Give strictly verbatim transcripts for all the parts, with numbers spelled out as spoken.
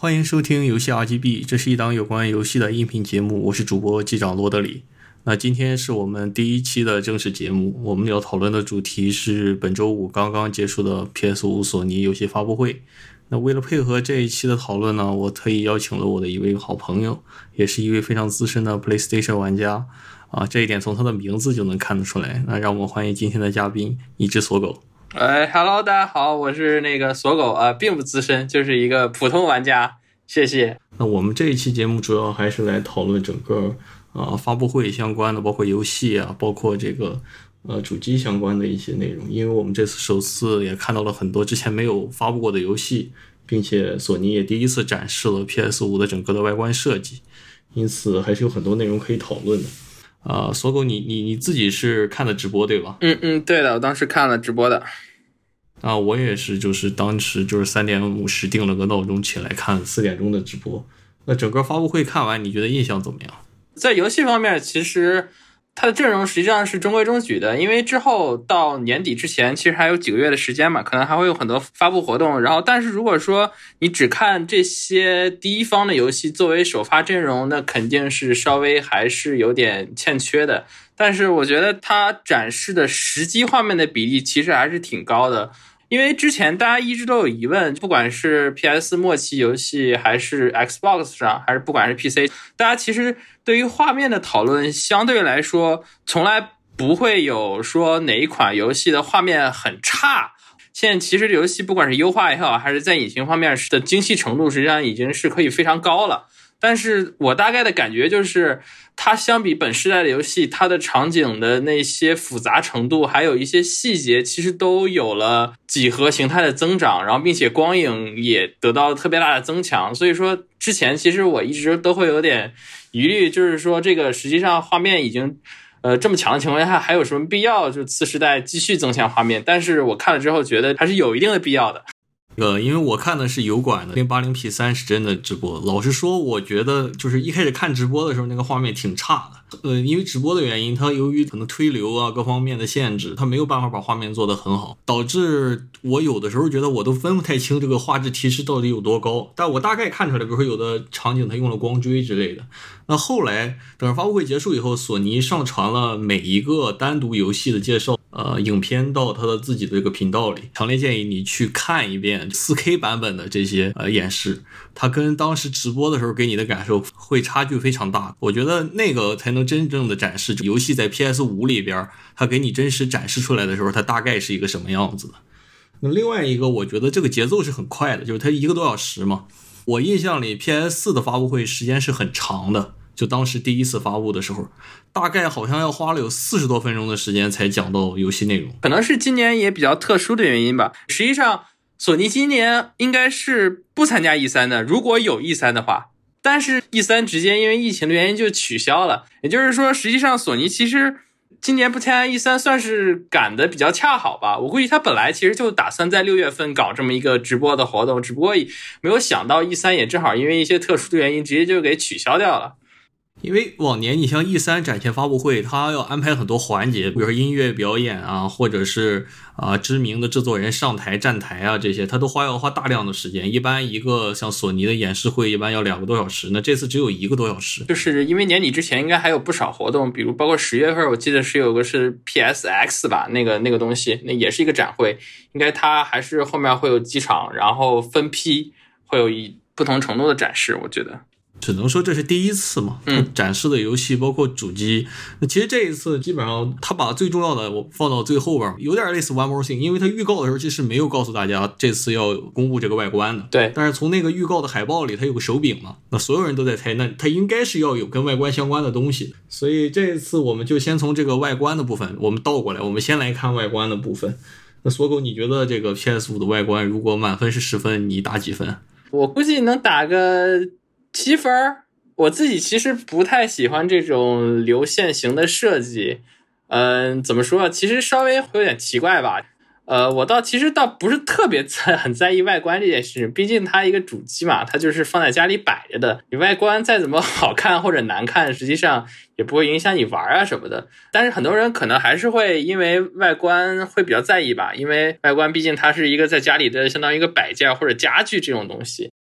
欢迎收听游戏 R G B， 这是一档有关游戏的音频节目，我是主播机长罗德里。那今天是我们第一期的正式节目，我们要讨论的主题是本周五刚刚结束的 P S 五 索尼游戏发布会。那为了配合这一期的讨论呢，我特意邀请了我的一位好朋友，也是一位非常资深的 PlayStation 玩家啊，这一点从他的名字就能看得出来。那让我们欢迎今天的嘉宾一只锁狗。 哎 ，Hello， 大家好，我是那个锁狗啊、呃，并不资深，就是一个普通玩家，谢谢。 那我们这一期节目主要还是来讨论整个啊发布会相关的，包括游戏啊，包括这个呃主机相关的一些内容。因为我们这次首次也看到了很多之前没有发布过的游戏，并且索尼也第一次展示了 P S 五 的整个的外观设计，因此还是有很多内容可以讨论的。啊、呃，锁狗你你你自己是看的直播对吧？ 嗯嗯，对的，我当时看了直播的。 啊，我也是，就是当时就是三点五十定了个闹钟起来看四点钟的直播。那整个发布会看完，你觉得印象怎么样？ 在游戏方面，其实它的阵容实际上是中规中矩的，因为之后到年底之前，其实还有几个月的时间嘛，可能还会有很多发布活动。然后，但是如果说你只看这些第一方的游戏作为首发阵容，那肯定是稍微还是有点欠缺的。但是我觉得它展示的实机画面的比例其实还是挺高的。因为之前大家一直都有疑问，不管是 P S 末期游戏还是 Xbox 上，还是不管是 P C， 大家其实对于画面的讨论相对来说从来不会有说哪一款游戏的画面很差。现在其实游戏不管是优化也好，还是在引擎方面的精细程度，实际上已经是可以非常高了。但是我大概的感觉就是，它相比本世代的游戏，它的场景的那些复杂程度，还有一些细节，其实都有了几何形态的增长，然后并且光影也得到了特别大的增强。所以说，之前其实我一直都会有点疑虑，就是说这个实际上画面已经呃这么强的情况下，还有什么必要就次世代继续增强画面？但是我看了之后觉得还是有一定的必要的。 呃，因为我看的是油管的 零八零 P 三十帧的直播，老实说，我觉得就是一开始看直播的时候，那个画面挺差的。呃，因为直播的原因，它由于可能推流啊各方面的限制，它没有办法把画面做得很好，导致我有的时候觉得我都分不太清这个画质提示到底有多高。但我大概看出来，比如说有的场景它用了光追之类的。那后来等发布会结束以后，索尼上传了每一个单独游戏的介绍。呃，影片到他的自己的这个频道里，强烈建议你去看一遍 四K 版本的这些呃演示，它跟当时直播的时候给你的感受会差距非常大。我觉得那个才能真正的展示游戏在 P S 五 里边，它给你真实展示出来的时候，它大概是一个什么样子的。那另外一个，我觉得这个节奏是很快的，就是它一个多小时嘛。我印象里 P S 四 的发布会时间是很长的。就当时第一次发布的时候，大概好像要花了有四十多分钟的时间才讲到游戏内容。 可能是今年也比较特殊的原因吧。实际上，索尼今年应该是不参加 E 三 的，如果有 E 三 的话。但是 E 三 直接因为疫情的原因就取消了。也就是说，实际上索尼其实今年不参加 E 三 算是赶得比较恰好吧。我估计他本来其实就打算在六月份搞这么一个直播的活动，只不过没有想到 E 三 也正好因为一些特殊的原因直接就给取消掉了。 因为往年你像 E 三 展前发布会，它要安排很多环节，比如说音乐表演啊，或者是啊、呃、知名的制作人上台站台啊，这些它都花要花大量的时间。一般一个像索尼的演示会一般要两个多小时，那这次只有一个多小时。 就是因为年底之前应该还有不少活动，比如包括十月份我记得是有个是 P S X 吧，那个那个东西，那也是一个展会，应该它还是后面会有几场，然后分批会有一不同程度的展示，我觉得。 只能说这是第一次嘛， 嗯， 展示的游戏包括主机。那其实这一次基本上他把最重要的我放到最后边，有点类似 One More Thing， 因为他预告的时候其实没有告诉大家这次要公布这个外观的。 对， 但是从那个预告的海报里，它有个手柄嘛，那所有人都在猜，那它应该是要有跟外观相关的东西。所以这一次我们就先从这个外观的部分，我们倒过来，我们先来看外观的部分。那锁狗，你觉得这个 P S 五 的外观如果满分是十分，你打几分？ 我估计能打个七分。我自己其实不太喜欢这种流线型的设计，嗯，怎么说？其实稍微会有点奇怪吧。呃，我倒其实倒不是特别在很在意外观这件事情，毕竟它一个主机嘛，它就是放在家里摆着的。你外观再怎么好看或者难看，实际上也不会影响你玩啊什么的。但是很多人可能还是会因为外观会比较在意吧，因为外观毕竟它是一个在家里的相当于一个摆件或者家具这种东西。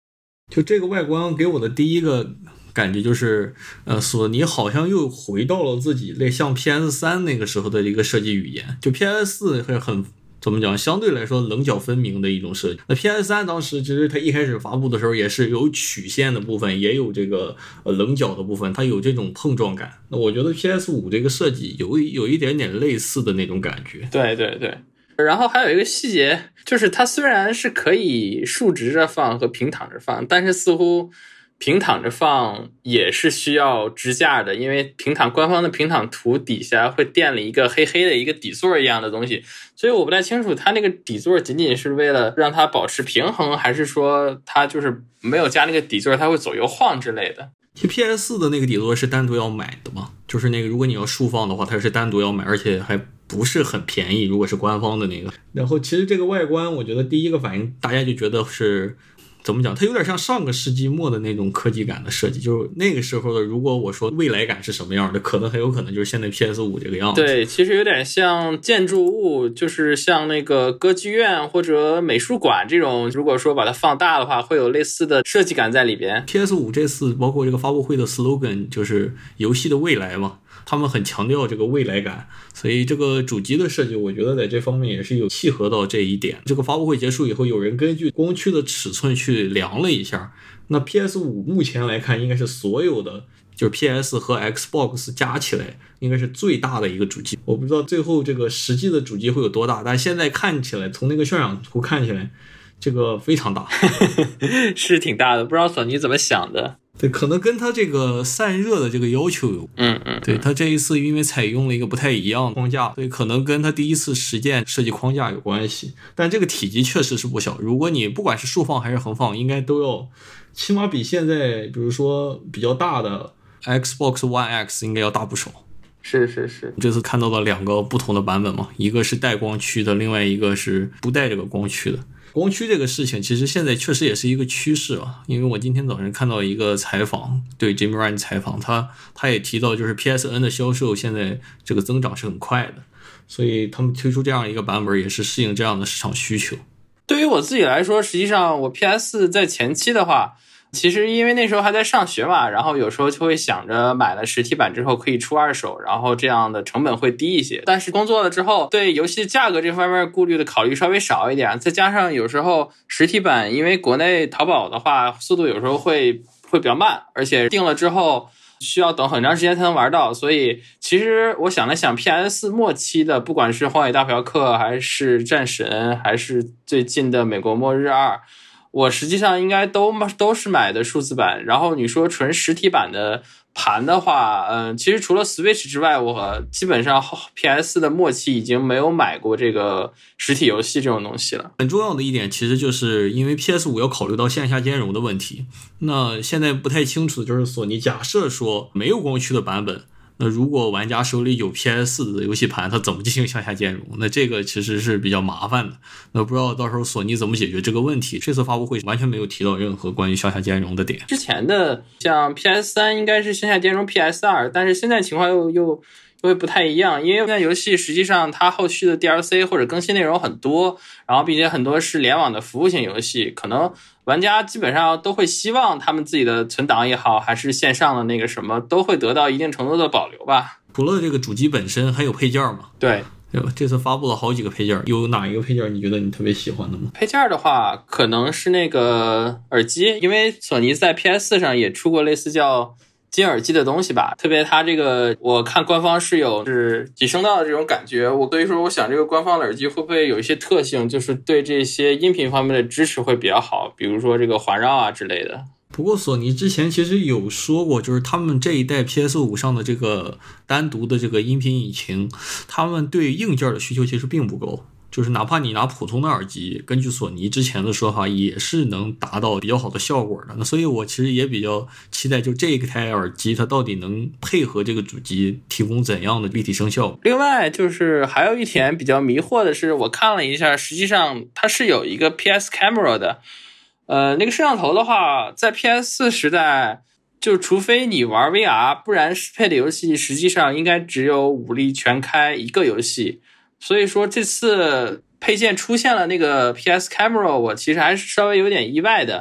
就这个外观给我的第一个感觉就是，呃，索尼好像又回到了自己类像 P S 三 那个时候的一个设计语言，就 P S 四 会很怎么讲，相对来说棱角分明的一种设计。那 P S 三 当时其实它一开始发布的时候也是有曲线的部分，也有这个呃棱角的部分，它有这种碰撞感。那我觉得 P S 五 这个设计有有一点点类似的那种感觉。 对对对。然后还有一个细节，就是它虽然是可以竖直着放和平躺着放，但是似乎平躺着放也是需要支架的，因为平躺官方的平躺图底下会垫了一个黑黑的一个底座一样的东西，所以我不太清楚它那个底座仅仅是为了让它保持平衡，还是说它就是没有加那个底座它会左右晃之类的。 其实 P S 四 的那个底座是单独要买的嘛，就是那个如果你要竖放的话它是单独要买，而且还不是很便宜，如果是官方的那个。然后其实这个外观我觉得第一个反应大家就觉得是怎么讲，它有点像上个世纪末的那种科技感的设计，就是那个时候的，如果我说未来感是什么样的，可能很有可能就是现在 P S 五 这个样子。 对，其实有点像建筑物，就是像那个歌剧院或者美术馆这种，如果说把它放大的话，会有类似的设计感在里边。 P S 五 这次包括这个发布会的 slogan 就是游戏的未来嘛，他们很强调这个未来感，所以这个主机的设计我觉得在这方面也是有契合到这一点。这个发布会结束以后，有人根据光驱的尺寸去量了一下，那 P S 五 目前来看应该是所有的就是 P S 和 Xbox 加起来应该是最大的一个主机。我不知道最后这个实际的主机会有多大，但现在看起来从那个渲染图看起来这个非常大是挺大的，不知道索尼怎么想的。 对，可能跟它这个散热的这个要求有嗯嗯， 对，它这一次因为采用了一个不太一样的框架，所以可能跟它第一次实践设计框架有关系。但这个体积确实是不小，如果你不管是竖放还是横放，应该都要起码比现在比如说比较大的 Xbox One X 应该要大不少。 是是是， 这次看到了两个不同的版本嘛，一个是带光驱的，另外一个是不带这个光驱的。光驱这个事情其实现在确实也是一个趋势啊，因为我今天早上看到一个采访，对 Jimmy Ryan 采访，他他也提到就是 P S N 的销售现在这个增长是很快的，所以他们推出这样一个版本也是适应这样的市场需求。 对于我自己来说，实际上我 P S 在前期的话，其实因为那时候还在上学嘛，然后有时候就会想着买了实体版之后可以出二手，然后这样的成本会低一些。但是工作了之后，对游戏价格这方面顾虑的考虑稍微少一点，再加上有时候实体版因为国内淘宝的话速度有时候会会比较慢，而且定了之后需要等很长时间才能玩到，所以其实我想了想 P S 末期的不管是荒野大嫖客还是战神还是最近的美国末日二，我实际上应该都都是买的数字版。然后你说纯实体版的盘的话，嗯，其实除了 Switch 之外，我基本上 P S 的末期已经没有买过这个实体游戏这种东西了。 很重要的一点其实就是因为 P S 五 要考虑到线下兼容的问题，那现在不太清楚的就是索尼假设说没有光驱的版本，那如果玩家手里有 P S 四 的游戏盘，它怎么进行向下兼容？那这个其实是比较麻烦的。那不知道到时候索尼怎么解决这个问题？这次发布会完全没有提到任何关于向下兼容的点。 之前的像 P S 三 应该是向下兼容 P S 二，但是现在情况又又又会不太一样，因为现在游戏实际上它后续的 D L C 或者更新内容很多，然后并且很多是联网的服务型游戏，可能玩家基本上都会希望他们自己的存档也好，还是线上的那个什么，都会得到一定程度的保留吧。 除了这个主机本身，还有配件吗？ 对， 这次发布了好几个配件，有哪一个配件你觉得你特别喜欢的吗？ 配件的话，可能是那个耳机，因为索尼在 P S 四 上也出过类似叫金耳机的东西吧，特别它这个我看官方是有是几声道的这种感觉，我所以说我想这个官方的耳机会不会有一些特性，就是对这些音频方面的支持会比较好，比如说这个环绕啊之类的。 不过索尼之前其实有说过，就是他们这一代 P S 五 上的这个单独的这个音频引擎，他们对硬件的需求其实并不高，就是哪怕你拿普通的耳机，根据索尼之前的说法也是能达到比较好的效果的。那所以我其实也比较期待就这一台耳机它到底能配合这个主机提供怎样的立体声效。 另外就是还有一点比较迷惑的是，我看了一下，实际上它是有一个 P S Camera 的，呃，那个摄像头的话在 P S 四 时代就除非你玩 V R， 不然适配的游戏实际上应该只有武力全开一个游戏。所以说这次配件出现了那个 P S Camera， 我其实还是稍微有点意外的。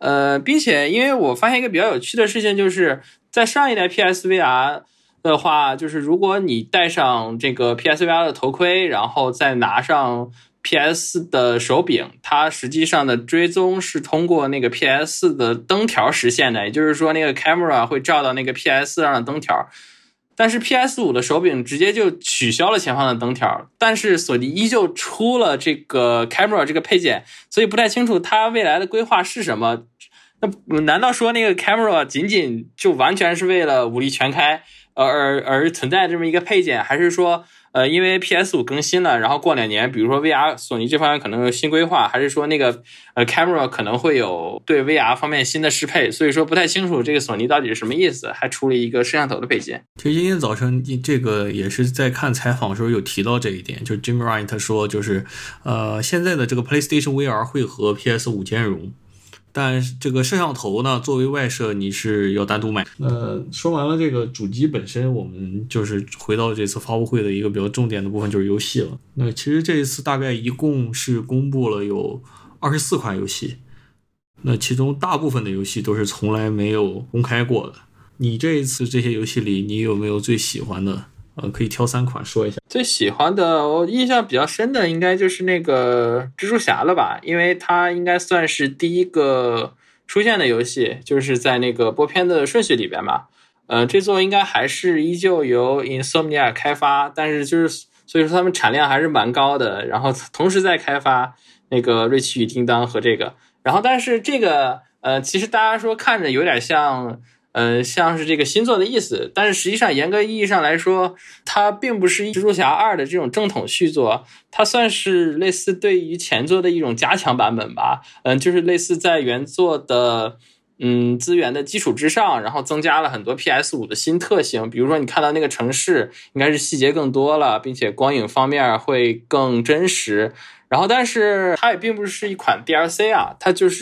呃，并且因为我发现一个比较有趣的事情，就是在上一代 P S V R 的话，就是如果你戴上这个 P S V R 的头盔，然后再拿上 P S 的手柄，它实际上的追踪是通过那个 P S 的灯条实现的，也就是说那个 camera 会照到那个 P S 上的灯条。但是 P S 五 的手柄直接就取消了前方的灯条，但是索尼依旧出了这个 camera 这个配件，所以不太清楚它未来的规划是什么。那难道说那个 camera 仅仅就完全是为了武力全开而而而存在这么一个配件，还是说呃，因为 P S 五 更新了，然后过两年，比如说 V R 索尼这方面可能有新规划，还是说那个呃 camera 可能会有对 V R 方面新的适配，所以说不太清楚这个索尼到底是什么意思，还出了一个摄像头的配件。 其实今天早晨这个也是在看采访的时候有提到这一点，就是 Jim Ryan 他说就是呃现在的这个 PlayStation V R 会和 P S 五 兼容。但这个摄像头呢，作为外设你是要单独买。呃，说完了这个主机本身，我们就是回到这次发布会的一个比较重点的部分，就是游戏了。那其实这一次大概一共是公布了有二十四款游戏，那其中大部分的游戏都是从来没有公开过的。你这一次这些游戏里，你有没有最喜欢的？呃，可以挑三款说一下。 最喜欢的，我印象比较深的应该就是那个蜘蛛侠了吧，因为它应该算是第一个出现的游戏，就是在那个播片的顺序里边嘛。呃，这座应该还是依旧由 Insomnia 开发，但是就是所以说他们产量还是蛮高的，然后同时在开发那个瑞奇与叮当和这个，然后但是这个呃，其实大家说看着有点像。呃，像是这个新作的意思，但是实际上严格意义上来说，它并不是蜘蛛侠二的这种正统续作，它算是类似对于前作的一种加强版本吧。嗯、呃，就是类似在原作的嗯资源的基础之上，然后增加了很多 P S 五 的新特性，比如说你看到那个城市应该是细节更多了，并且光影方面会更真实。然后，但是它也并不是一款 D L C 啊，它就是。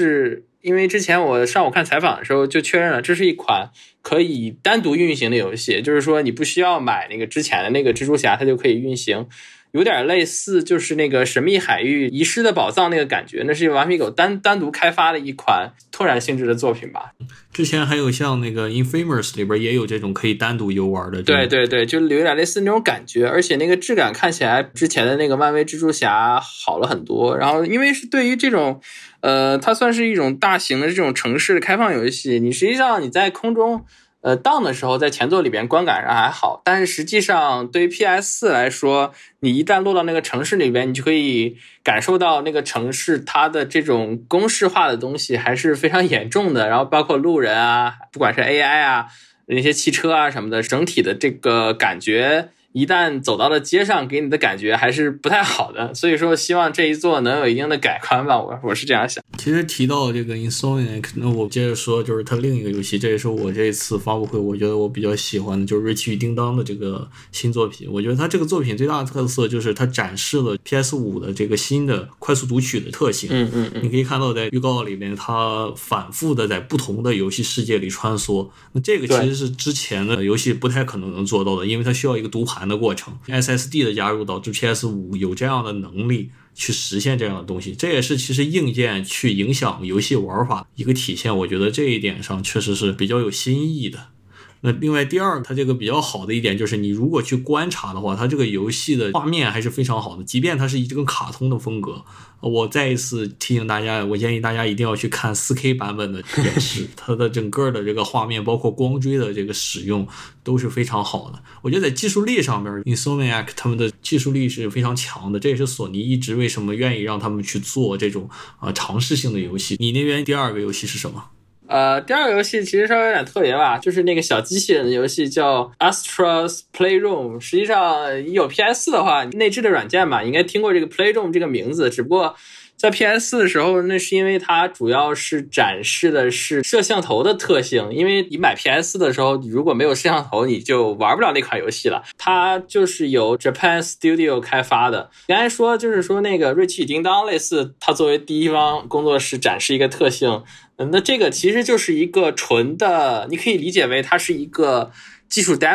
因为之前我上午看采访的时候就确认了，这是一款可以单独运行的游戏，就是说你不需要买那个之前的那个蜘蛛侠，它就可以运行，有点类似就是那个神秘海域遗失的宝藏那个感觉，那是顽皮狗单单独开发的一款拓展性质的作品吧。 之前还有像那个 Infamous 里边也有这种可以单独游玩的。 对对对，就有点类似那种感觉，而且那个质感看起来之前的那个漫威蜘蛛侠好了很多。然后因为是对于这种呃，它算是一种大型的这种城市开放游戏，你实际上你在空中呃荡的时候，在前作里边观感上还好，但是实际上对于 P S 四 来说，你一旦落到那个城市里边，你就可以感受到那个城市它的这种公式化的东西还是非常严重的，然后包括路人啊，不管是 A I 啊，那些汽车啊什么的，整体的这个感觉一旦走到了街上，给你的感觉还是不太好的，所以说希望这一作能有一定的改观吧，我我是这样想。 其实提到这个 Insomniac， 那我接着说，就是它另一个游戏，这也是我这一次发布会我觉得我比较喜欢的，就是瑞奇与叮当的这个新作品。我觉得它这个作品最大的特色就是它展示了 P S 五 的这个新的快速读取的特性。 嗯嗯嗯， 你可以看到在预告里面，它反复的在不同的游戏世界里穿梭。那这个其实是之前的游戏不太可能能做到的，因为它需要一个读盘的过程。S S D 的加入导致 P S 五 有这样的能力去实现这样的东西，这也是其实硬件去影响游戏玩法一个体现。我觉得这一点上确实是比较有新意的。那另外第二，它这个比较好的一点就是你如果去观察的话，它这个游戏的画面还是非常好的，即便它是一个卡通的风格。我再一次提醒大家，我建议大家一定要去看 四K 版本的演示，它的整个的这个画面包括光追的这个使用都是非常好的。我觉得在技术力上面 Insomniac 他们的技术力是非常强的，这也是索尼一直为什么愿意让他们去做这种呃尝试性的游戏。你那边第二个游戏是什么？ 呃，第二个游戏其实稍微有点特别吧，就是那个小机器人的游戏叫 Astra's Playroom。实际上有 P S 的话，内置的软件嘛，应该听过这个 Playroom 这个名字，只不过在 P S 的时候，那是因为它主要是展示的是摄像头的特性，因为你买 P S 的时候，你如果没有摄像头，你就玩不了那款游戏了。它就是由 Japan Studio 开发的。刚才说就是说那个瑞奇与叮当类似，它作为第一方工作室展示一个特性。那这个其实就是一个纯的，你可以理解为它是一个技术 demo，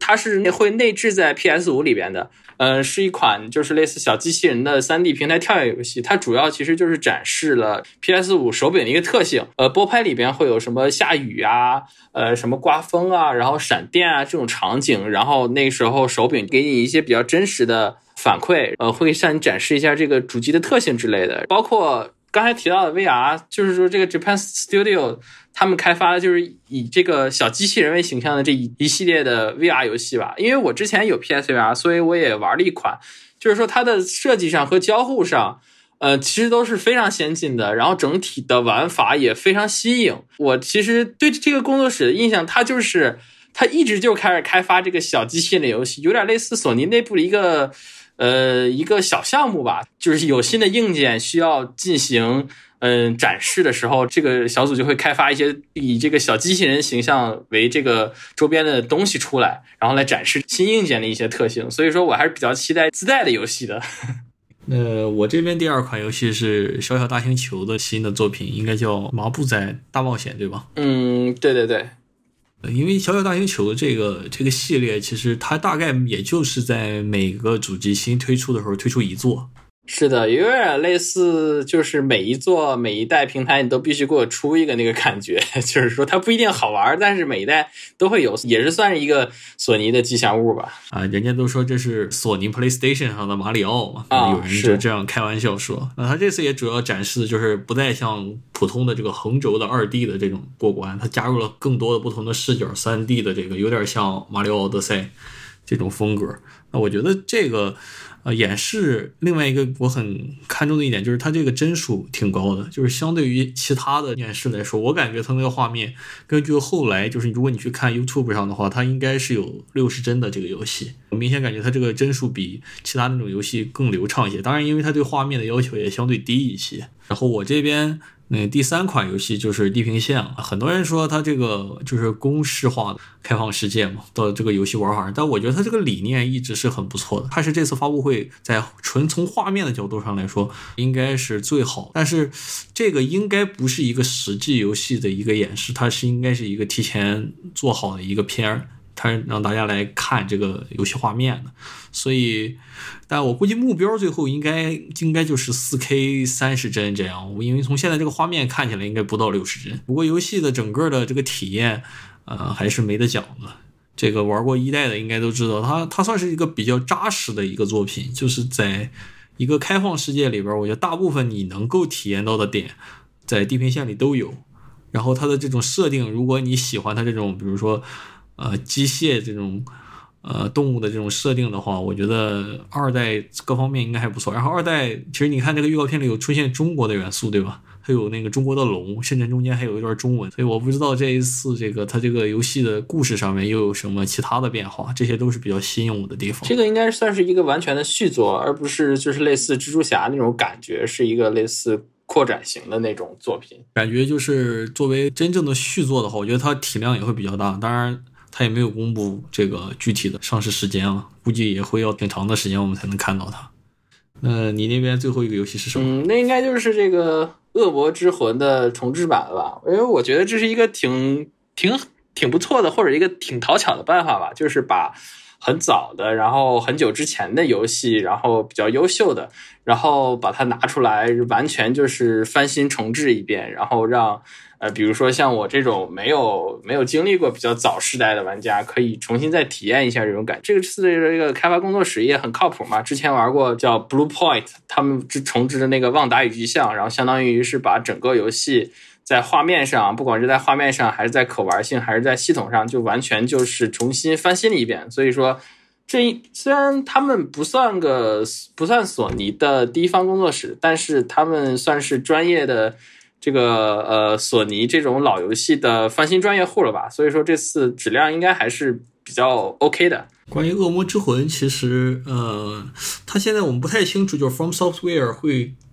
它是会内置在 P S 五 里边的。呃，是一款就是类似小机器人的 三 D 平台跳跃游戏，它主要其实就是展示了 P S 五 手柄的一个特性。呃，播拍里边会有什么下雨啊，呃，什么刮风啊，然后闪电啊这种场景，然后那时候手柄给你一些比较真实的反馈，呃，会向你展示一下这个主机的特性之类的，包括刚才提到的 V R， 就是说这个 Japan Studio 他们开发的就是以这个小机器人为形象的这一一系列的 V R 游戏吧。因为我之前有 P S V R， 所以我也玩了一款，就是说它的设计上和交互上呃，其实都是非常先进的，然后整体的玩法也非常新颖。我其实对这个工作室的印象，它就是它一直就开始开发这个小机器人的游戏，有点类似索尼内部的一个呃一个小项目吧，就是有新的硬件需要进行嗯、呃、展示的时候，这个小组就会开发一些以这个小机器人形象为这个周边的东西出来，然后来展示新硬件的一些特性。所以说我还是比较期待自带的游戏的。 呃，我这边第二款游戏是小小大星球的新的作品，应该叫《麻布仔大冒险》，对吧？ 嗯，对对对。 因为小小大星球这个这个系列，其实它大概也就是在每个主机新推出的时候推出一座。 是的，有点类似，就是每一座每一代平台你都必须给我出一个那个感觉，就是说它不一定好玩，但是每一代都会有，也是算是一个索尼的吉祥物吧。 啊，人家都说这是索尼 PlayStation 上的马里奥嘛， 啊、 有人就这样开玩笑说。那他这次也主要展示的就是不再像普通的这个横轴的 二 D 的这种过关，它加入了更多的不同的视角 三 D 的这个，有点像马里奥奥德赛这种风格。那我觉得这个呃，演示另外一个我很看重的一点就是它这个帧数挺高的，就是相对于其他的演示来说，我感觉它那个画面根据后来就是如果你去看 YouTube 上的话，它应该是有六十帧的这个游戏，我明显感觉它这个帧数比其他那种游戏更流畅一些，当然因为它对画面的要求也相对低一些。然后我这边那第三款游戏就是地平线了，很多人说它这个就是公式化的开放世界嘛，到这个游戏玩法，但我觉得它这个理念一直是很不错的，它是这次发布会在纯从画面的角度上来说应该是最好，但是这个应该不是一个实际游戏的一个演示，它是应该是一个提前做好的一个片儿，它让大家来看这个游戏画面的，所以但我估计目标最后应该应该就是 四 K 三十帧这样，因为从现在这个画面看起来应该不到六十帧，不过游戏的整个的这个体验呃还是没得讲的，这个玩过一代的应该都知道，它它算是一个比较扎实的一个作品，就是在一个开放世界里边，我觉得大部分你能够体验到的点在地平线里都有，然后它的这种设定，如果你喜欢它这种比如说呃机械这种呃动物的这种设定的话，我觉得二代各方面应该还不错。然后二代其实你看这个预告片里有出现中国的元素，对吧？还有那个中国的龙，甚至中间还有一段中文，所以我不知道这一次这个它这个游戏的故事上面又有什么其他的变化，这些都是比较吸引我的地方。 这个应该算是一个完全的续作，而不是就是类似蜘蛛侠那种感觉，是一个类似扩展型的那种作品。 感觉就是作为真正的续作的话，我觉得它体量也会比较大，当然它也没有公布这个具体的上市时间了，估计也会要挺长的时间我们才能看到它。那你那边最后一个游戏是什么？ 嗯，那应该就是这个恶魔之魂的重置版了吧，因为我觉得这是一个挺挺挺不错的，或者一个挺讨巧的办法吧，就是把很早的然后很久之前的游戏，然后比较优秀的，然后把它拿出来完全就是翻新重置一遍，然后让呃，比如说像我这种没有没有经历过比较早世代的玩家，可以重新再体验一下这种感觉。这个次的这个开发工作室也很靠谱嘛，之前玩过叫 Blue Point， 他们重置的那个旺达与巨像，然后相当于是把整个游戏在画面上，不管是在画面上还是在可玩性还是在系统上，就完全就是重新翻新了一遍。所以说这虽然他们不算个不算索尼的第一方工作室，但是他们算是专业的这个呃索尼这种老游戏的翻新专业户了吧，所以说这次质量应该还是比较 OK 的。 关于恶魔之魂，其实呃，它现在我们不太清楚，就是 From Software 会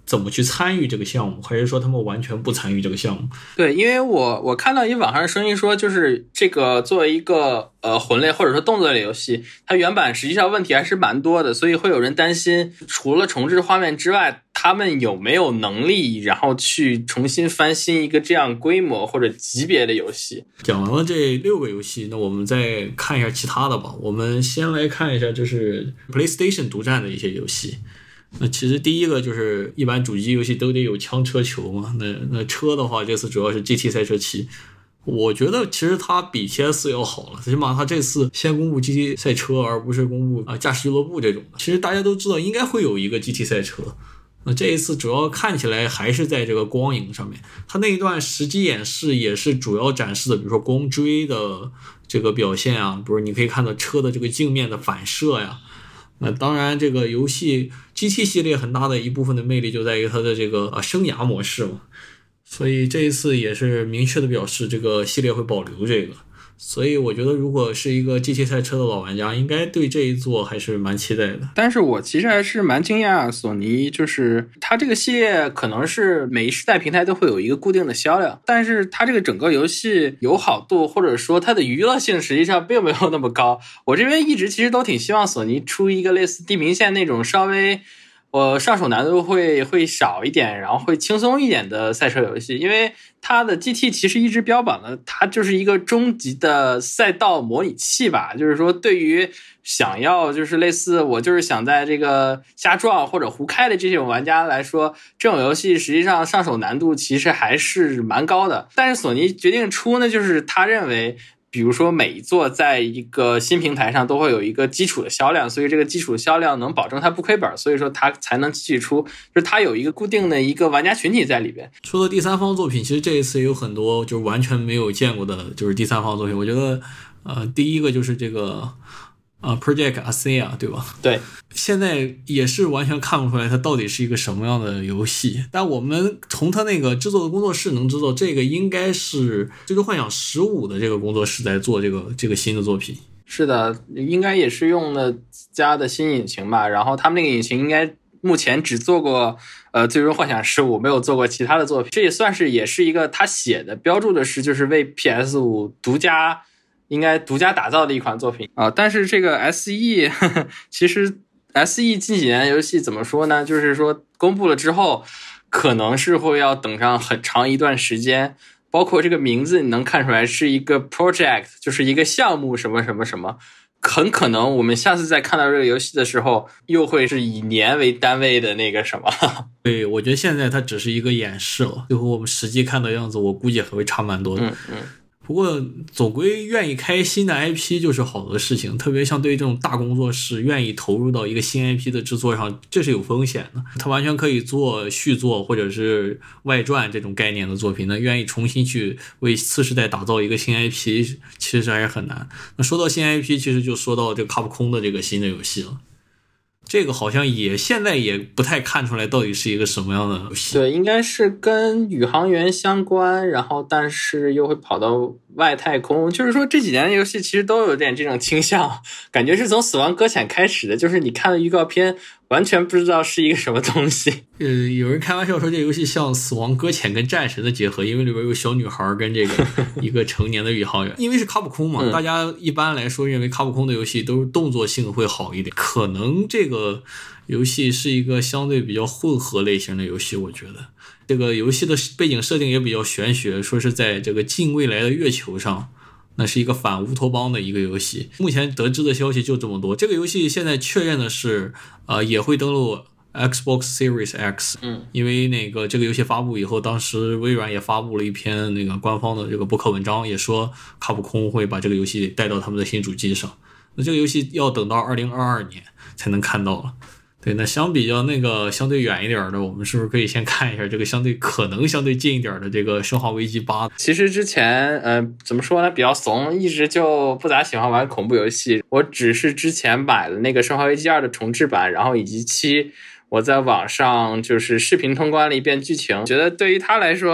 怎么去参与这个项目，还是说他们完全不参与这个项目？ 对，因为我我看到一网上的声音说，就是这个作为一个呃魂类或者说动作类游戏，它原版实际上问题还是蛮多的，所以会有人担心，除了重置画面之外，他们有没有能力然后去重新翻新一个这样规模或者级别的游戏。 讲完了这六个游戏，那我们再看一下其他的吧。我们先来看一下就是 PlayStation 独占的一些游戏。那其实第一个就是一般主机游戏都得有枪车球嘛，那那车的话，这次主要是 G T 赛车七。我觉得其实它比 P S 四 要好了，起码它这次先公布 G T 赛车，而不是公布啊驾驶俱乐部这种的。其实大家都知道应该会有一个 G T 赛车，那这一次主要看起来还是在这个光影上面，它那一段实际演示也是主要展示的，比如说光追的这个表现啊，比如你可以看到车的这个镜面的反射呀。那当然，这个游戏 G T 系列很大的一部分的魅力就在于它的这个啊生涯模式嘛。所以这一次也是明确的表示这个系列会保留这个，所以我觉得如果是一个 G T 赛车的老玩家，应该对这一座还是蛮期待的。 但是我其实还是蛮惊讶，索尼就是它这个系列可能是每一世代平台都会有一个固定的销量，但是它这个整个游戏友好度或者说它的娱乐性实际上并没有那么高。我这边一直其实都挺希望索尼出一个类似地平线那种稍微我上手难度会会少一点，然后会轻松一点的赛车游戏，因为它的 G T 其实一直标榜的它就是一个终极的赛道模拟器吧，就是说对于想要就是类似我就是想在这个瞎撞或者胡开的这种玩家来说，这种游戏实际上上手难度其实还是蛮高的。但是索尼决定出呢，就是他认为比如说每一座在一个新平台上都会有一个基础的销量，所以这个基础销量能保证它不亏本，所以说它才能继续出，就是它有一个固定的一个玩家群体在里边。 说到第三方作品，其实这一次也有很多就是完全没有见过的就是第三方作品。我觉得呃，第一个就是这个呃 Project Athia 对吧？ 对， 现在也是完全看不出来它到底是一个什么样的游戏，但我们从它那个制作的工作室能知道，这个应该是最终幻想十五的这个工作室在做这个这个新的作品。 是的，应该也是用了家的新引擎吧，然后他们那个引擎应该目前只做过呃最终幻想十五，没有做过其他的作品。这也算是也是一个他写的标注的是就是为 P S 五 独家应该独家打造的一款作品啊。但是这个 S E 呵呵其实 S E 近几年游戏怎么说呢，就是说公布了之后可能是会要等上很长一段时间，包括这个名字你能看出来是一个 project， 就是一个项目什么什么什么，很可能我们下次再看到这个游戏的时候又会是以年为单位的那个什么。 对，我觉得现在它只是一个演示了，最后我们实际看的样子我估计还会差蛮多的。 嗯嗯。 不过总归愿意开新的 I P 就是好的事情，特别像对于这种大工作室愿意投入到一个新 I P 的制作上，这是有风险的。他完全可以做续作或者是外传这种概念的作品，那愿意重新去为次世代打造一个新 I P 其实还是很难。那说到新 I P， 其实就说到这个卡普空的这个新的游戏了。这个好像也现在也不太看出来到底是一个什么样的游戏。 对，应该是跟宇航员相关，然后但是又会跑到外太空，就是说这几年的游戏其实都有点这种倾向，感觉是从死亡搁浅开始的，就是你看了预告片完全不知道是一个什么东西。 呃，有人开玩笑说这游戏像死亡搁浅跟战神的结合，因为里边有小女孩跟这个一个成年的宇航员。因为是卡普空嘛、嗯、大家一般来说认为卡普空的游戏都是动作性会好一点，可能这个游戏是一个相对比较混合类型的游戏。我觉得这个游戏的背景设定也比较玄学，说是在这个近未来的月球上，那是一个反乌托邦的一个游戏。目前得知的消息就这么多。这个游戏现在确认的是呃，也会登陆 Xbox Series X。 嗯， 因为那个这个游戏发布以后，当时微软也发布了一篇那个官方的这个博客文章，也说卡普空会把这个游戏带到他们的新主机上。那这个游戏要等到二零二二年才能看到了。对，那相比较那个相对远一点的，我们是不是可以先看一下这个相对可能相对近一点的这个生化危机八？ 其实之前呃怎么说呢，比较怂，一直就不咋喜欢玩恐怖游戏。我只是之前买了那个生化危机二的重制版，然后以及七我在网上就是视频通关了一遍剧情，觉得对于他来说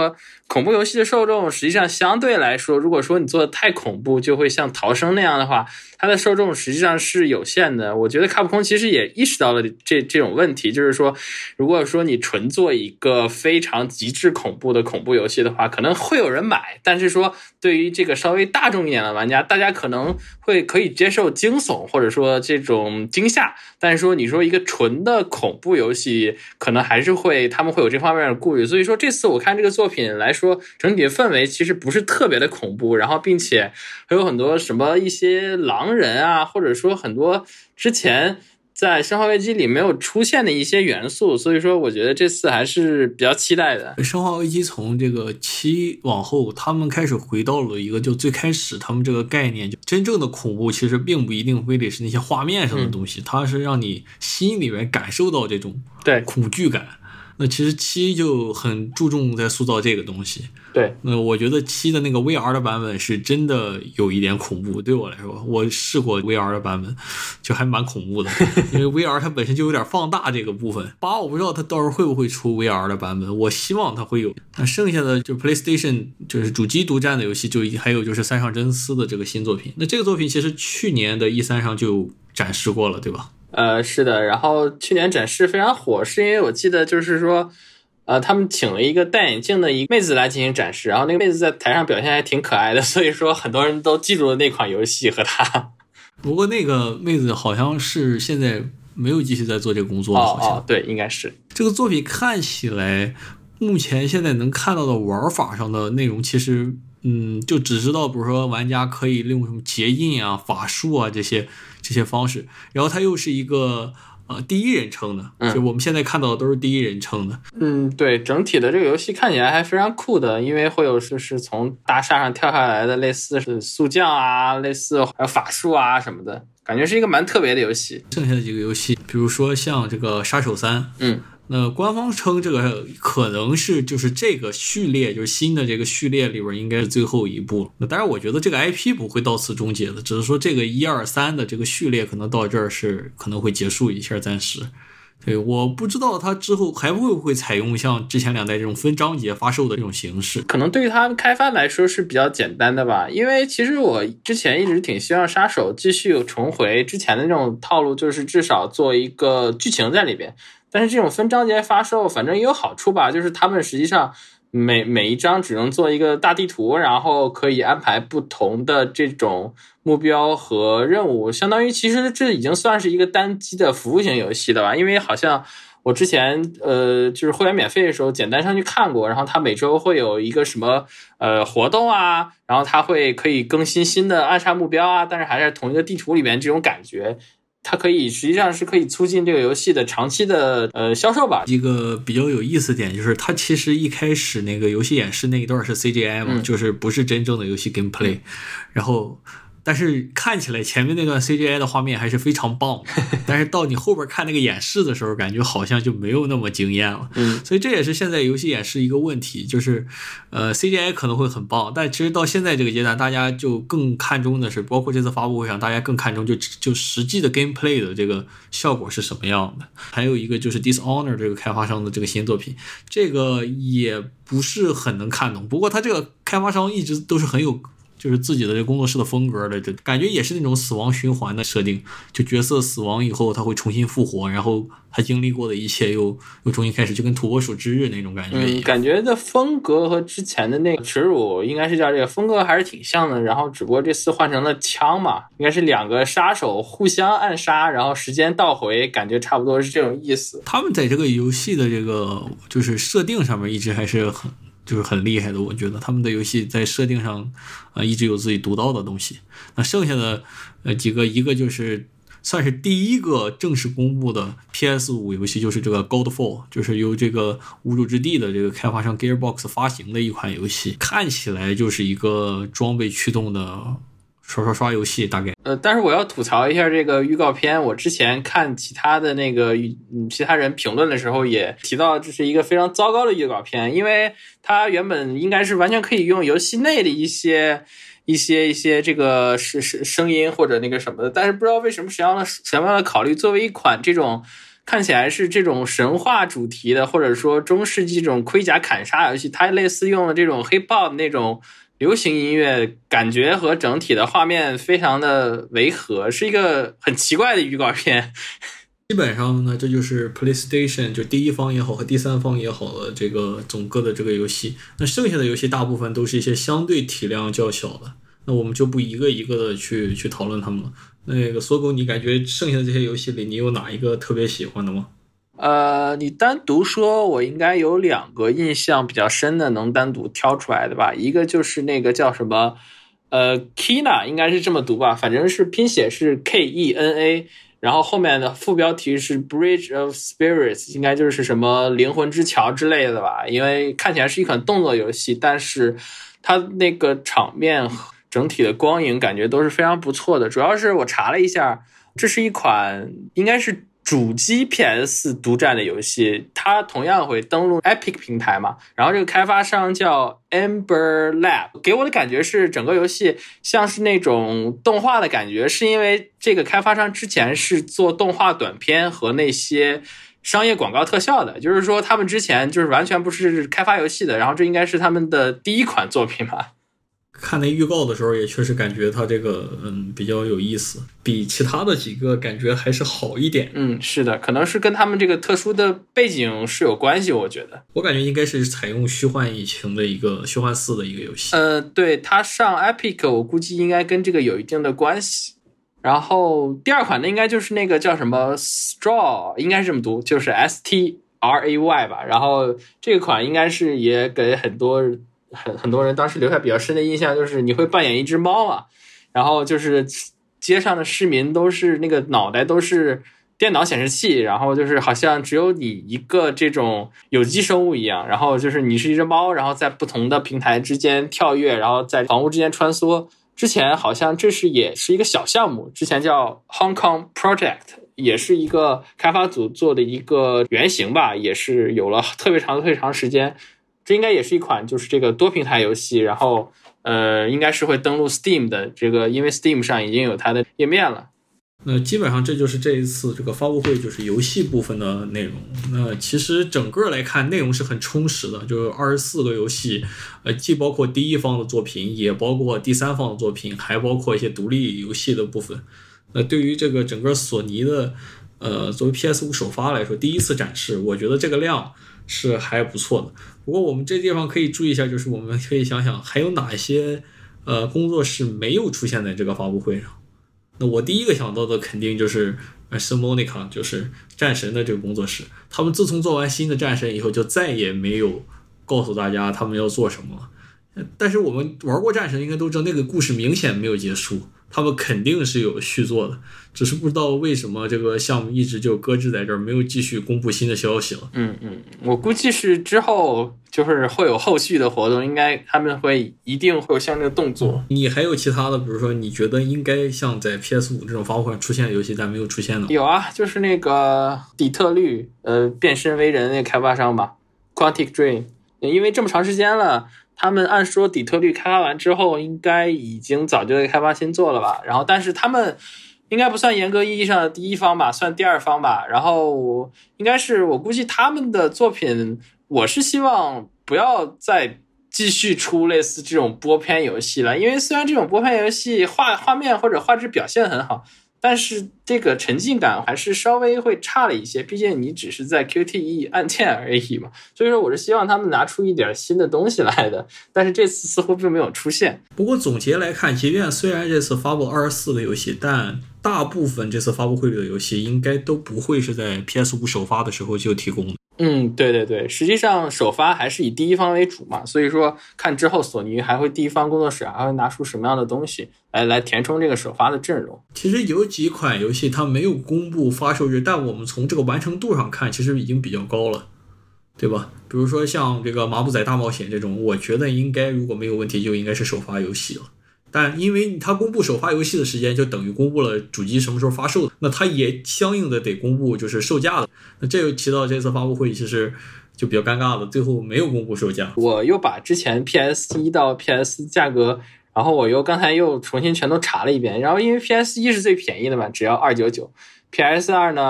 恐怖游戏的受众实际上相对来说，如果说你做的太恐怖，就会像逃生那样的话，它的受众实际上是有限的。我觉得卡普空其实也意识到了这这种问题，就是说，如果说你纯做一个非常极致恐怖的恐怖游戏的话，可能会有人买，但是说对于这个稍微大众一点的玩家，大家可能会可以接受惊悚或者说这种惊吓，但是说你说一个纯的恐怖游戏，可能还是会他们会有这方面的顾虑。所以说这次我看这个作品来说，整体的氛围其实不是特别的恐怖，然后并且还有很多什么一些狼人啊，或者说很多之前在生化危机里没有出现的一些元素，所以说我觉得这次还是比较期待的。 生化危机从这个七往后，他们开始回到了一个就最开始他们这个概念，就真正的恐怖其实并不一定非得是那些画面上的东西，嗯、它是让你心里面感受到这种对恐惧感。那其实七就很注重在塑造这个东西。 对， 那我觉得七的那个 V R 的版本是真的有一点恐怖，对我来说，我试过 V R 的版本，就还蛮恐怖的，因为 V R 它本身就有点放大这个部分。八我不知道它到时候会不会出 V R 的版本，我希望它会有。那剩下的就 PlayStation 就是主机独占的游戏，就还有就是三上真司的这个新作品。那这个作品其实去年的 E 三 上就展示过了，对吧？ 呃，是的，然后去年展示非常火，是因为我记得就是说，呃，他们请了一个戴眼镜的一个妹子来进行展示，然后那个妹子在台上表现还挺可爱的，所以说很多人都记住了那款游戏和她。 不过那个妹子好像是现在没有继续在做这个工作了，好像。 哦哦，对，应该是。 这个作品看起来，目前现在能看到的玩法上的内容，其实，嗯，就只知道，比如说玩家可以利用什么结印啊、法术啊这些这些方式，然后它又是一个呃第一人称的， 嗯、 就我们现在看到的都是第一人称的。 嗯，对，整体的这个游戏看起来还非常酷的，因为会有是是从大厦上跳下来的，类似是速降啊，类似还有法术啊什么的，感觉是一个蛮特别的游戏。 剩下的几个游戏，比如说像这个杀手三， 嗯。 那官方称这个可能是就是这个序列，就是新的这个序列里边应该是最后一部了。那当然，我觉得这个 I P 不会到此终结的，只是说这个一二三的这个序列可能到这儿是可能会结束一下，暂时。对，我不知道它之后还会不会采用像之前两代这种分章节发售的这种形式。 可能对于他们开发来说是比较简单的吧，因为其实我之前一直挺希望杀手继续重回之前的那种套路，就是至少做一个剧情在里边。但是这种分章节发售反正也有好处吧，就是他们实际上每每一章只能做一个大地图，然后可以安排不同的这种目标和任务，相当于其实这已经算是一个单机的服务型游戏了吧。因为好像我之前呃就是会员免费的时候简单上去看过，然后它每周会有一个什么呃活动啊，然后它会可以更新新的暗杀目标啊，但是还是同一个地图里面这种感觉。它可以实际上是可以促进这个游戏的长期的呃销售吧。 一个比较有意思的点就是它其实一开始那个游戏演示那一段是 C G I 嘛、嗯、就是不是真正的游戏 gameplay、嗯、然后但是看起来前面那段 C G I 的画面还是非常棒的，但是到你后边看那个演示的时候感觉好像就没有那么惊艳了。 嗯， 所以这也是现在游戏演示一个问题，就是呃 C G I 可能会很棒，但其实到现在这个阶段大家就更看重的是，包括这次发布会上大家更看重就就实际的 gameplay 的这个效果是什么样的。还有一个就是 Dishonor 这个开发商的这个新作品，这个也不是很能看懂，不过他这个开发商一直都是很有就是自己的这工作室的风格的，就感觉也是那种死亡循环的设定，就角色死亡以后他会重新复活，然后他经历过的一切又又重新开始，就跟土拨鼠之日那种感觉一样、 嗯、感觉的风格和之前的那个耻辱应该是叫这个风格还是挺像的，然后只不过这次换成了枪嘛，应该是两个杀手互相暗杀，然后时间倒回，感觉差不多是这种意思。 他们在这个游戏的这个就是设定上面一直还是很就是很厉害的，我觉得他们的游戏在设定上啊、呃、一直有自己独到的东西。那剩下的呃几个，一个就是算是第一个正式公布的 P S 五 游戏，就是这个 Godfall， 就是由这个无主之地的这个开发商 Gearbox 发行的一款游戏，看起来就是一个装备驱动的刷刷刷游戏大概。 呃，但是我要吐槽一下这个预告片，我之前看其他的那个嗯其他人评论的时候也提到这是一个非常糟糕的预告片，因为它原本应该是完全可以用游戏内的一些一些一些这个是是声音或者那个什么的，但是不知道为什么什么样的什么样的考虑，作为一款这种看起来是这种神话主题的，或者说中世纪这种盔甲砍杀游戏，它类似用了这种 hip hop 那种流行音乐，感觉和整体的画面非常的违和，是一个很奇怪的预告片。 基本上呢，这就是 PlayStation 就第一方也好和第三方也好的这个整个的这个游戏。那剩下的游戏大部分都是一些相对体量较小的，那我们就不一个一个的去去讨论它们了。那个索狗，你感觉剩下的这些游戏里，你有哪一个特别喜欢的吗？ 呃，你单独说，我应该有两个印象比较深的能单独挑出来的吧。一个就是那个叫什么，呃 Kena 应该是这么读吧，反正是拼写是 K E N A。然后后面的副标题是 Bridge of Spirits， 应该就是什么灵魂之桥之类的吧，因为看起来是一款动作游戏，但是它那个场面整体的光影感觉都是非常不错的。主要是我查了一下，这是一款应该是主机 P S 独占的游戏，它同样会登陆 Epic 平台嘛，然后这个开发商叫 Amber Lab， 给我的感觉是整个游戏像是那种动画的感觉，是因为这个开发商之前是做动画短片和那些商业广告特效的，就是说他们之前就是完全不是开发游戏的，然后这应该是他们的第一款作品吧。 看那预告的时候也确实感觉它这个嗯比较有意思，比其他的几个感觉还是好一点。 嗯，是的，可能是跟他们这个特殊的背景是有关系，我觉得。 我感觉应该是采用虚幻引擎的一个虚幻四的一个游戏。 呃，对，它上 Epic 我估计应该跟这个有一定的关系。然后第二款呢，应该就是那个叫什么 Straw， 应该是这么读，就是 S T R A Y 吧。然后这个款应该是也给很多很很多人当时留下比较深的印象，就是你会扮演一只猫嘛，然后就是街上的市民都是那个脑袋都是电脑显示器，然后就是好像只有你一个这种有机生物一样，然后就是你是一只猫，然后在不同的平台之间跳跃，然后在房屋之间穿梭。之前好像这是也是一个小项目，之前叫 Hong Kong Project， 也是一个开发组做的一个原型吧，也是有了特别长特别长时间。这应该也是一款就是这个多平台游戏，然后呃应该是会登陆 Steam 的，这个因为 Steam 上已经有它的页面了。 那基本上这就是这一次这个发布会就是游戏部分的内容。那其实整个来看内容是很充实的，就是二十四个游戏，呃，既包括第一方的作品，也包括第三方的作品，还包括一些独立游戏的部分。那对于这个整个索尼的呃作为 P S 五 首发来说，第一次展示，我觉得这个量是还不错的。不过我们这地方可以注意一下，就是我们可以想想还有哪些呃工作室没有出现在这个发布会上。那我第一个想到的肯定就是呃 Monica， 就是战神的这个工作室。他们自从做完新的战神以后，就再也没有告诉大家他们要做什么了。但是我们玩过战神应该都知道，那个故事明显没有结束，他们肯定是有续作的，只是不知道为什么这个项目一直就搁置在这儿，没有继续公布新的消息了。 嗯嗯，我估计是之后就是会有后续的活动，应该他们会一定会有相应的动作。 你还有其他的，比如说你觉得应该像在 P S 五 这种发布会上出现的游戏但没有出现的？ 有啊，就是那个底特律呃变身为人那个开发商吧 Quantic Dream， 因为这么长时间了，他们按说底特律开发完之后应该已经早就在开发新作了吧，然后但是他们应该不算严格意义上的第一方吧，算第二方吧，然后应该是我估计他们的作品，我是希望不要再继续出类似这种播片游戏了，因为虽然这种播片游戏画画面或者画质表现很好，但是这个沉浸感还是稍微会差了一些，毕竟你只是在 Q T E 按键而已嘛。所以说我是希望他们拿出一点新的东西来的，但是这次似乎并没有出现。 不过总结来看，即便虽然这次发布二十四个游戏，但大部分这次发布会里的游戏应该都不会是在 P S 五 首发的时候就提供的。 嗯，对对对，实际上首发还是以第一方为主嘛，所以说看之后索尼还会第一方工作室还会拿出什么样的东西来来填充这个首发的阵容。 其实有几款游戏它没有公布发售日，但我们从这个完成度上看其实已经比较高了，对吧？比如说像这个麻布仔大冒险这种，我觉得应该如果没有问题就应该是首发游戏了，但因为它公布首发游戏的时间就等于公布了主机什么时候发售的，那它也相应的得公布就是售价的，那这又提到这次发布会其实就比较尴尬了，最后没有公布售价。 我又把之前 P S 一 到 P S 价格，然后我又刚才又重新全都查了一遍，然后因为 P S 一 是最便宜的嘛，只要二百九十九， P S 二 呢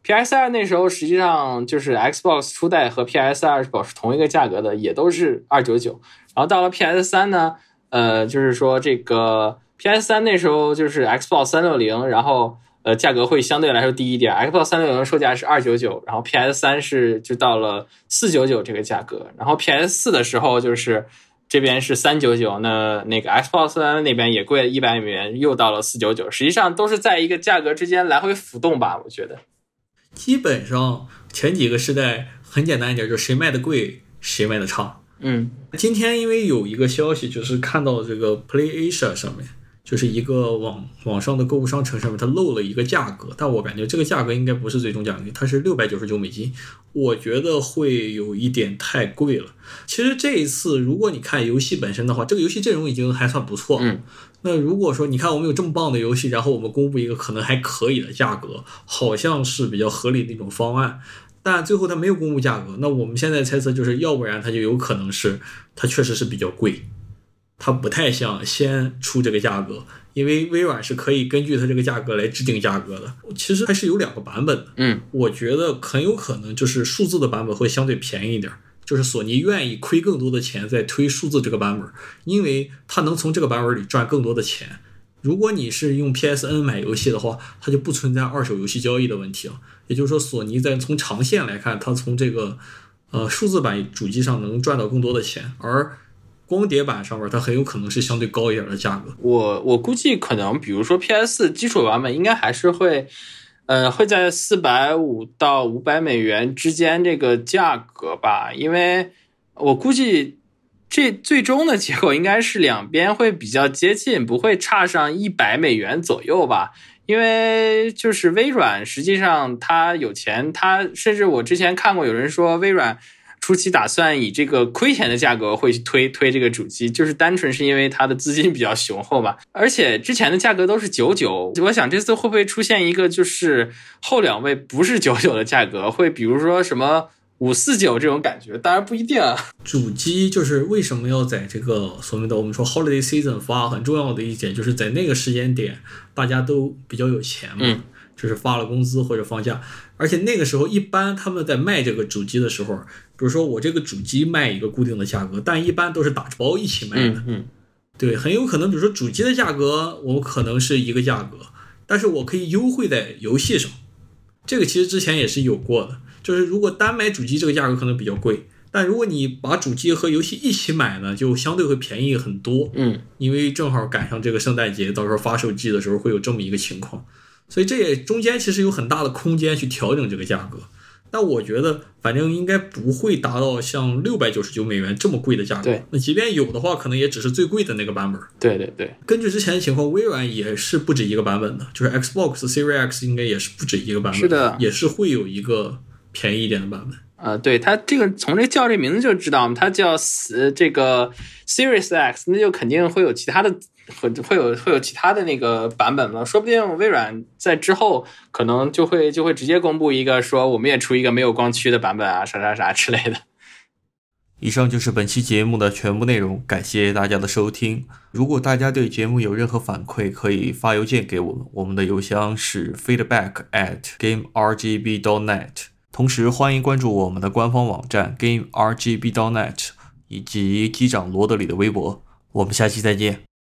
P S 二那时候实际上就是 Xbox 初代和 P S 二是保持同一个价格的，也都是二百九十九。然后到了 P S 三呢，呃，就是说这个 P S 三那时候就是 Xbox 三六零，然后呃价格会相对来说低一点 ，Xbox 三六零售价是二百九十九，然后 P S 三是就到了四百九十九这个价格，然后 P S 四的时候就是这边是三百九十九，那那个 Xbox 三那边也贵了一百美元，又到了四百九十九，实际上都是在一个价格之间来回浮动吧，我觉得。 基本上前几个时代很简单一点，就是谁卖的贵谁卖的差。 嗯， 今天因为有一个消息，就是看到这个 PlayAsia 上面，就是一个网网上的购物商城上面，它漏了一个价格，但我感觉这个价格应该不是最终价格，它是六百九十九美金，我觉得会有一点太贵了。其实这一次如果你看游戏本身的话，这个游戏阵容已经还算不错。 嗯， 那如果说你看我们有这么棒的游戏，然后我们公布一个可能还可以的价格，好像是比较合理的一种方案，但最后它没有公布价格，那我们现在猜测就是要不然它就有可能是它确实是比较贵，它不太想先出这个价格，因为微软是可以根据它这个价格来制定价格的。其实还是有两个版本的， 嗯， 我觉得很有可能就是数字的版本会相对便宜一点，就是索尼愿意亏更多的钱在推数字这个版本，因为它能从这个版本里赚更多的钱。如果你是用 P S N 买游戏的话，它就不存在二手游戏交易的问题了。也就是说，索尼在从长线来看，它从这个呃数字版主机上能赚到更多的钱，而光碟版上面它很有可能是相对高一点的价格。 我我估计可能，比如说 P S 四 基础版本应该还是会，呃，会在四百五十到五百美元之间这个价格吧，因为我估计这最终的结果应该是两边会比较接近，不会差上一百美元左右吧。因为就是微软实际上它有钱，它甚至我之前看过有人说微软初期打算以这个亏钱的价格会去推推这个主机，就是单纯是因为它的资金比较雄厚吧。而且之前的价格都是九十九，我想这次会不会出现一个就是后两位不是九十九的价格，会比如说什么五百四十九这种感觉，当然不一定啊。 主机就是为什么要在这个所谓的我们说 holiday season 发，很重要的一点就是在那个时间点大家都比较有钱嘛， 嗯， 就是发了工资或者放假，而且那个时候一般他们在卖这个主机的时候，比如说我这个主机卖一个固定的价格，但一般都是打着包一起卖的。 嗯嗯， 对，很有可能比如说主机的价格我可能是一个价格，但是我可以优惠在游戏上，这个其实之前也是有过的，就是如果单买主机这个价格可能比较贵，但如果你把主机和游戏一起买呢，就相对会便宜很多。 嗯， 因为正好赶上这个圣诞节，到时候发售季的时候会有这么一个情况，所以这也中间其实有很大的空间去调整这个价格。但我觉得反正应该不会达到像六百九十九美元这么贵的价格。 对， 那即便有的话，可能也只是最贵的那个版本。 对对对， 根据之前的情况，微软也是不止一个版本的，就是 Xbox Series X 应该也是不止一个版本， 是的， 也是会有一个便宜一点的版本。 呃，对，它这个从这叫这名字就知道，它叫呃这个 Series X， 那就肯定会有其他的，会会有会有其他的那个版本了。说不定微软在之后可能就会就会直接公布一个说我们也出一个没有光驱的版本啊，啥啥啥之类的。 以上就是本期节目的全部内容，感谢大家的收听。如果大家对节目有任何反馈，可以发邮件给我们，我们的邮箱是 feedback at gamergb dot net。同时欢迎关注我们的官方网站 gamergb dot net 以及机长罗德里的微博。我们下期再见。